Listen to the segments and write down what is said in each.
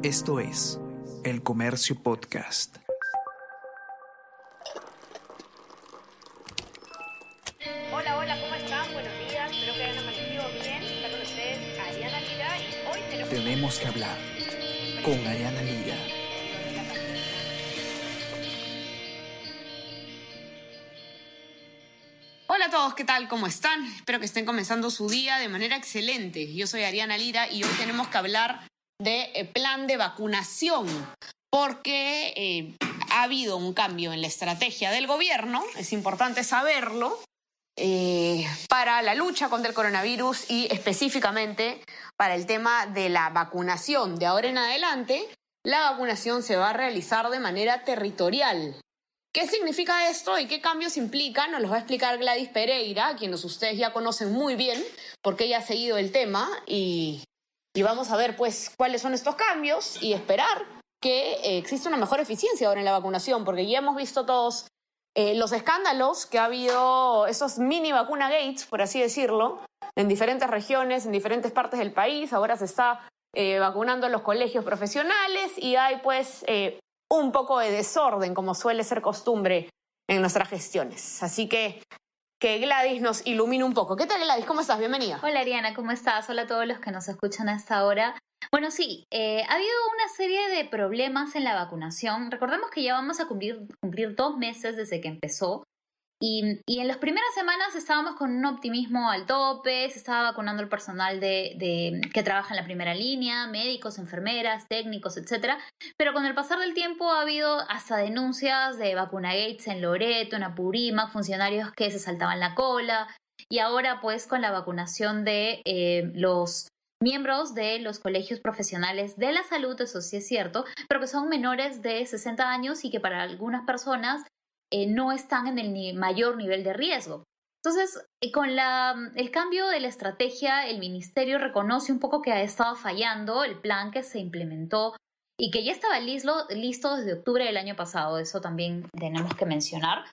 Esto es El Comercio Podcast. Hola, hola, ¿cómo están? Buenos días, espero que hayan amanecido bien. Está con ustedes Ariana Lira y hoy Tenemos que hablar con Ariana Lira. Hola a todos, ¿qué tal? ¿Cómo están? Espero que estén comenzando su día de manera excelente. Yo soy Ariana Lira y hoy tenemos que hablar de plan de vacunación porque ha habido un cambio en la estrategia del gobierno, es importante saberlo, para la lucha contra el coronavirus y específicamente para el tema de la vacunación. De ahora en adelante, la vacunación se va a realizar de manera territorial. ¿Qué significa esto y qué cambios implican? Nos los va a explicar Gladys Pereira, a quienes ustedes ya conocen muy bien, porque ella ha seguido el tema y vamos a ver pues cuáles son estos cambios y esperar que exista una mejor eficiencia ahora en la vacunación, porque ya hemos visto todos los escándalos que ha habido, esos mini vacuna gates, por así decirlo, en diferentes regiones, en diferentes partes del país. Ahora se está vacunando en los colegios profesionales y hay pues un poco de desorden, como suele ser costumbre en nuestras gestiones. Así que Gladys nos ilumine un poco. ¿Qué tal, Gladys? ¿Cómo estás? Bienvenida. Hola, Ariana, ¿cómo estás? Hola a todos los que nos escuchan a esta hora. Bueno, sí, ha habido una serie de problemas en la vacunación. Recordemos que ya vamos a cumplir 2 meses desde que empezó. Y en las primeras semanas estábamos con un optimismo al tope, se estaba vacunando el personal que trabaja en la primera línea, médicos, enfermeras, técnicos, etcétera. Pero con el pasar del tiempo ha habido hasta denuncias de vacunagates en Loreto, en Apurímac, funcionarios que se saltaban la cola. Y ahora pues con la vacunación de los miembros de los colegios profesionales de la salud, eso sí es cierto, pero que son menores de 60 años y que para algunas personas no están en el mayor nivel de riesgo. Entonces, con el cambio de la estrategia, el ministerio reconoce un poco que ha estado fallando el plan que se implementó y que ya estaba listo desde octubre del año pasado. Eso también tenemos que mencionar.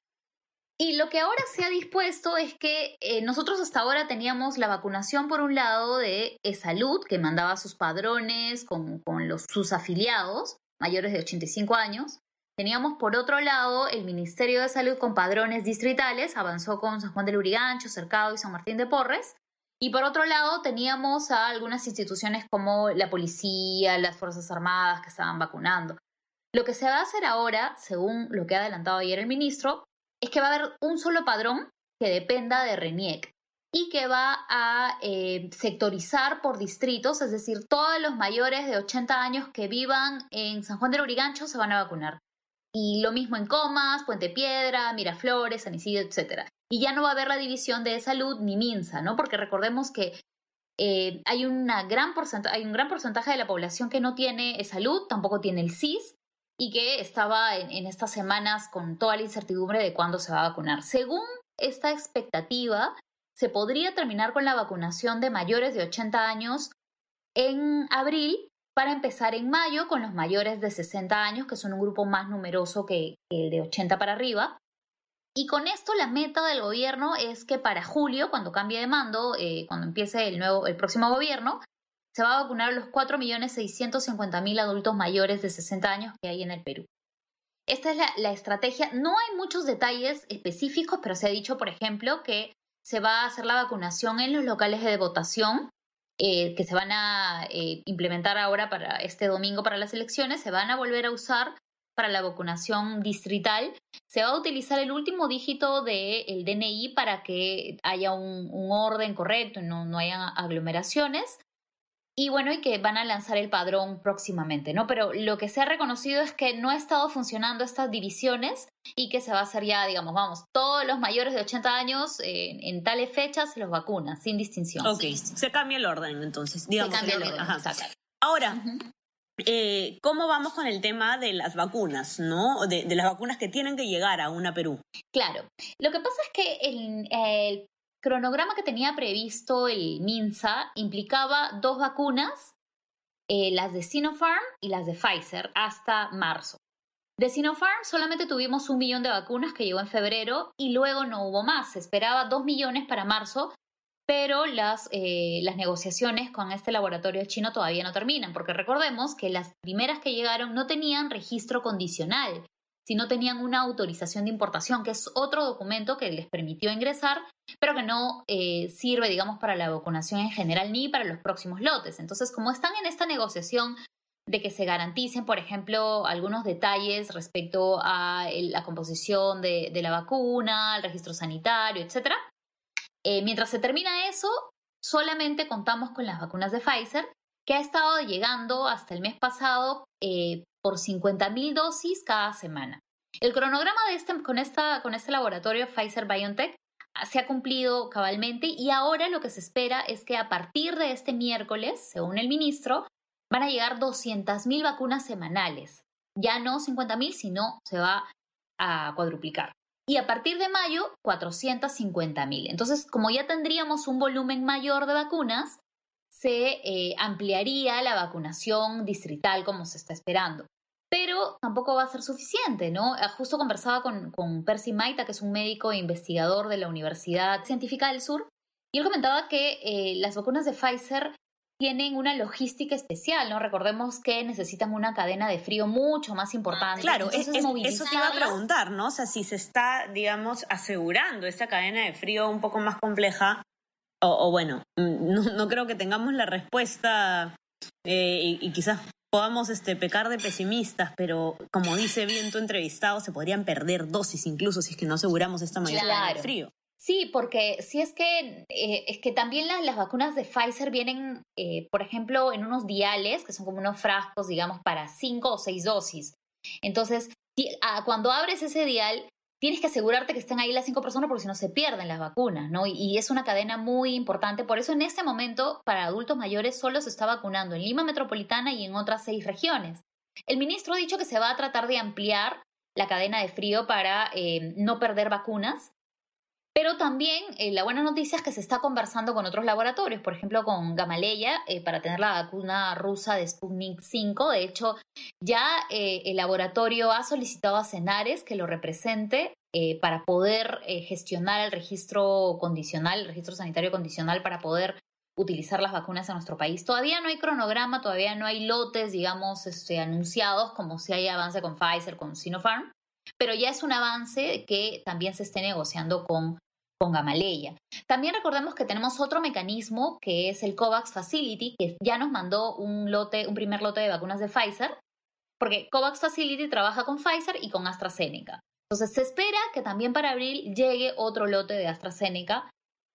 Y lo que ahora se ha dispuesto es que nosotros hasta ahora teníamos la vacunación por un lado de salud, que mandaba sus padrones con sus afiliados mayores de 85 años. Teníamos por otro lado el Ministerio de Salud con padrones distritales, avanzó con San Juan de Lurigancho, Cercado y San Martín de Porres. Y por otro lado teníamos a algunas instituciones como la policía, las Fuerzas Armadas que estaban vacunando. Lo que se va a hacer ahora, según lo que ha adelantado ayer el ministro, es que va a haber un solo padrón que dependa de RENIEC y que va a sectorizar por distritos, es decir, todos los mayores de 80 años que vivan en San Juan de Lurigancho se van a vacunar. Y lo mismo en Comas, Puente Piedra, Miraflores, San Isidro, etc. Y ya no va a haber la división de salud ni MINSA, ¿no? Porque recordemos que hay un gran porcentaje de la población que no tiene salud, tampoco tiene el SIS, y que estaba en estas semanas con toda la incertidumbre de cuándo se va a vacunar. Según esta expectativa, se podría terminar con la vacunación de mayores de 80 años en abril, para empezar en mayo con los mayores de 60 años, que son un grupo más numeroso que el de 80 para arriba. Y con esto la meta del gobierno es que para julio, cuando cambie de mando, cuando empiece el próximo gobierno, se va a vacunar a los 4.650.000 adultos mayores de 60 años que hay en el Perú. Esta es la estrategia. No hay muchos detalles específicos, pero se ha dicho, por ejemplo, que se va a hacer la vacunación en los locales de votación, que se van a implementar ahora para este domingo para las elecciones, se van a volver a usar para la vacunación distrital. Se va a utilizar el último dígito del DNI para que haya un orden correcto y no haya aglomeraciones. Y bueno, y que van a lanzar el padrón próximamente, ¿no? Pero lo que se ha reconocido es que no ha estado funcionando estas divisiones y que se va a hacer ya, digamos, todos los mayores de 80 años en tales fechas se los vacunan, sin distinción. Ok, se cambia el orden entonces, digamos. Se cambia el orden, Ajá. exacto. Ahora, ¿cómo vamos con el tema de las vacunas, ¿no? De las vacunas que tienen que llegar a Perú. Claro, lo que pasa es que el cronograma que tenía previsto el MINSA implicaba 2 vacunas, las de Sinopharm y las de Pfizer, hasta marzo. De Sinopharm solamente tuvimos 1 millón de vacunas que llegó en febrero y luego no hubo más. Se esperaba 2 millones para marzo, pero las negociaciones con este laboratorio chino todavía no terminan, porque recordemos que las primeras que llegaron no tenían registro condicional, sino tenían una autorización de importación, que es otro documento que les permitió ingresar, pero que no sirve, digamos, para la vacunación en general ni para los próximos lotes. Entonces, como están en esta negociación de que se garanticen, por ejemplo, algunos detalles respecto a la composición de la vacuna, el registro sanitario, etcétera, mientras se termina eso, solamente contamos con las vacunas de Pfizer, que ha estado llegando hasta el mes pasado por 50.000 dosis cada semana. El cronograma con este laboratorio Pfizer-BioNTech se ha cumplido cabalmente y ahora lo que se espera es que a partir de este miércoles, según el ministro, van a llegar 200.000 vacunas semanales. Ya no 50.000, sino se va a cuadruplicar. Y a partir de mayo, 450.000. Entonces, como ya tendríamos un volumen mayor de vacunas, se ampliaría la vacunación distrital como se está esperando. Pero tampoco va a ser suficiente, ¿no? Justo conversaba con Percy Maita, que es un médico e investigador de la Universidad Científica del Sur, y él comentaba que las vacunas de Pfizer tienen una logística especial, ¿no? Recordemos que necesitan una cadena de frío mucho más importante. Claro, eso te iba a movilizarlas. preguntar, ¿no? O sea, si se está, digamos, asegurando esta cadena de frío un poco más compleja, o bueno, no creo que tengamos la respuesta y quizás podamos pecar de pesimistas, pero como dice bien tu entrevistado, se podrían perder dosis incluso si es que no aseguramos esta mayor cadena de frío. Sí, porque si es que también las vacunas de Pfizer vienen, por ejemplo, en unos diales, que son como unos frascos, digamos, para 5 o 6 dosis. Entonces, cuando abres ese dial, tienes que asegurarte que estén ahí las 5 personas porque si no se pierden las vacunas, ¿no? Y es una cadena muy importante. Por eso en este momento, para adultos mayores, solo se está vacunando en Lima Metropolitana y en otras 6 regiones. El ministro ha dicho que se va a tratar de ampliar la cadena de frío para no perder vacunas. Pero también la buena noticia es que se está conversando con otros laboratorios, por ejemplo con Gamaleya, para tener la vacuna rusa de Sputnik 5. De hecho, ya el laboratorio ha solicitado a Cenares que lo represente para poder gestionar el registro condicional, el registro sanitario condicional para poder utilizar las vacunas en nuestro país. Todavía no hay cronograma, todavía no hay lotes, digamos, anunciados como si hay avance con Pfizer, con Sinopharm, pero ya es un avance que también se esté negociando con Gamaleya. También recordemos que tenemos otro mecanismo que es el COVAX Facility, que ya nos mandó un primer lote de vacunas de Pfizer, porque COVAX Facility trabaja con Pfizer y con AstraZeneca. Entonces se espera que también para abril llegue otro lote de AstraZeneca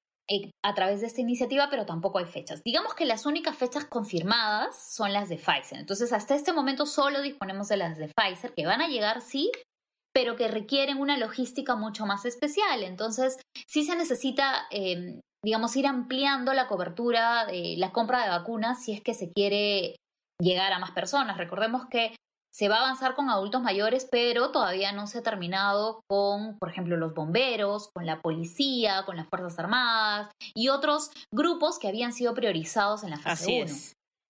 a través de esta iniciativa, pero tampoco hay fechas. Digamos que las únicas fechas confirmadas son las de Pfizer. Entonces hasta este momento solo disponemos de las de Pfizer, que van a llegar, sí, pero que requieren una logística mucho más especial. Entonces, sí se necesita, digamos, ir ampliando la cobertura de la compra de vacunas si es que se quiere llegar a más personas. Recordemos que se va a avanzar con adultos mayores, pero todavía no se ha terminado con, por ejemplo, los bomberos, con la policía, con las Fuerzas Armadas y otros grupos que habían sido priorizados en la fase 1.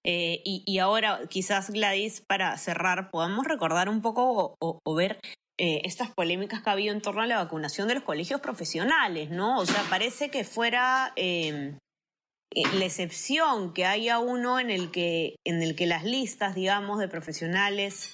Y ahora, quizás, Gladys, para cerrar, podamos recordar un poco o ver estas polémicas que ha habido en torno a la vacunación de los colegios profesionales, ¿no? O sea, parece que fuera la excepción que haya uno en el que las listas, digamos, de profesionales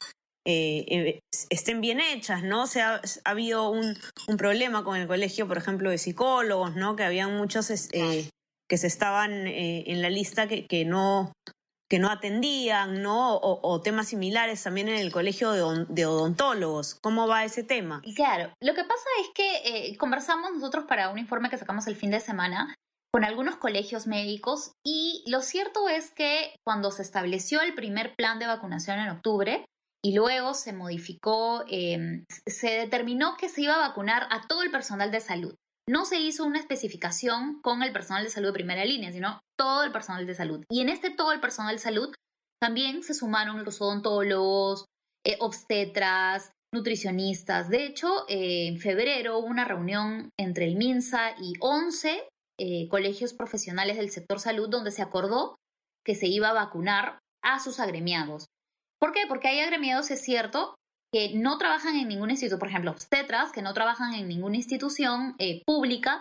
estén bien hechas, ¿no? O sea, ha habido un problema con el colegio, por ejemplo, de psicólogos, ¿no? Que habían muchos que se estaban en la lista que no atendían, ¿no? O temas similares también en el colegio de odontólogos. ¿Cómo va ese tema? Claro, lo que pasa es que conversamos nosotros para un informe que sacamos el fin de semana con algunos colegios médicos y lo cierto es que cuando se estableció el primer plan de vacunación en octubre y luego se modificó, se determinó que se iba a vacunar a todo el personal de salud. No se hizo una especificación con el personal de salud de primera línea, sino todo el personal de salud. Y en todo el personal de salud también se sumaron los odontólogos, obstetras, nutricionistas. De hecho, en febrero hubo una reunión entre el MINSA y 11 colegios profesionales del sector salud donde se acordó que se iba a vacunar a sus agremiados. ¿Por qué? Porque hay agremiados, es cierto, que no trabajan en ningún instituto, por ejemplo, obstetras, que no trabajan en ninguna institución pública,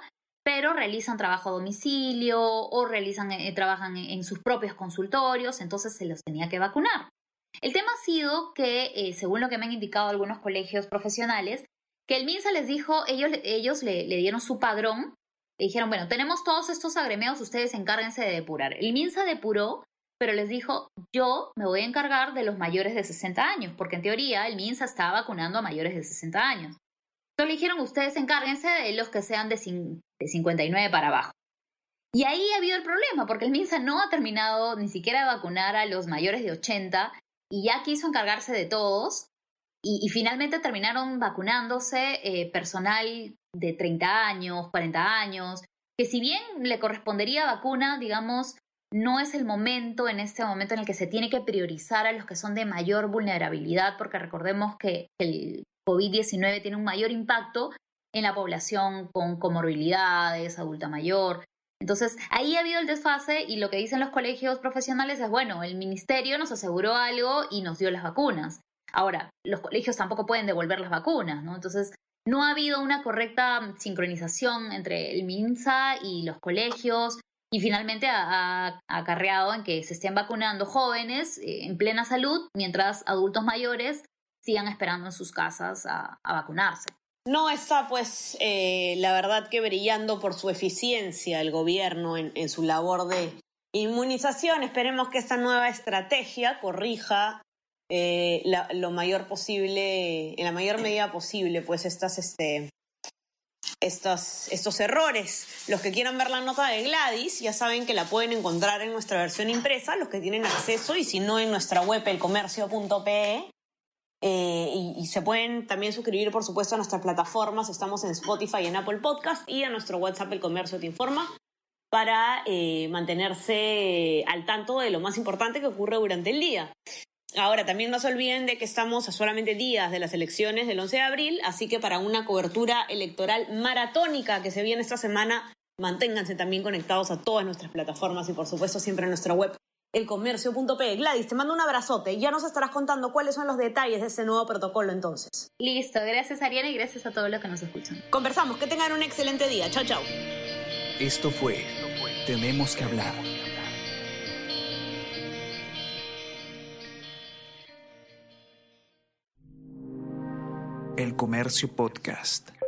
pero realizan trabajo a domicilio o trabajan en sus propios consultorios, entonces se los tenía que vacunar. El tema ha sido que, según lo que me han indicado algunos colegios profesionales, que el MINSA les dijo, ellos le dieron su padrón, le dijeron, bueno, tenemos todos estos agremiados, ustedes encárguense de depurar. El MINSA depuró, pero les dijo, yo me voy a encargar de los mayores de 60 años, porque en teoría el MINSA está vacunando a mayores de 60 años. Entonces le dijeron, ustedes encárguense de los que sean de 59 para abajo. Y ahí ha habido el problema, porque el MINSA no ha terminado ni siquiera de vacunar a los mayores de 80 y ya quiso encargarse de todos. Y finalmente terminaron vacunándose personal de 30 años, 40 años, que si bien le correspondería vacuna, digamos, no es el momento en este momento en el que se tiene que priorizar a los que son de mayor vulnerabilidad, porque recordemos que el COVID-19 tiene un mayor impacto en la población con comorbilidades, adulta mayor. Entonces, ahí ha habido el desfase y lo que dicen los colegios profesionales es, bueno, el ministerio nos aseguró algo y nos dio las vacunas. Ahora, los colegios tampoco pueden devolver las vacunas, ¿no? Entonces, no ha habido una correcta sincronización entre el MINSA y los colegios y finalmente ha acarreado en que se estén vacunando jóvenes en plena salud mientras adultos mayores sigan esperando en sus casas a vacunarse. No está, pues, la verdad que brillando por su eficiencia el gobierno en su labor de inmunización. Esperemos que esta nueva estrategia corrija lo mayor posible, en la mayor medida posible, pues estos errores. Los que quieran ver la nota de Gladys ya saben que la pueden encontrar en nuestra versión impresa, los que tienen acceso, y si no en nuestra web elcomercio.pe. Y se pueden también suscribir, por supuesto, a nuestras plataformas. Estamos en Spotify y en Apple Podcast, y a nuestro WhatsApp El Comercio Te Informa, para mantenerse al tanto de lo más importante que ocurre durante el día. Ahora, también no se olviden de que estamos a solamente días de las elecciones del 11 de abril, así que para una cobertura electoral maratónica que se viene esta semana, manténganse también conectados a todas nuestras plataformas y, por supuesto, siempre en nuestra web elcomercio.pe. Gladys, te mando un abrazote. Ya nos estarás contando cuáles son los detalles de ese nuevo protocolo entonces. Listo, gracias Ariana y gracias a todos los que nos escuchan. Conversamos, que tengan un excelente día. Chao, chao. Esto fue Tenemos que hablar. El Comercio Podcast.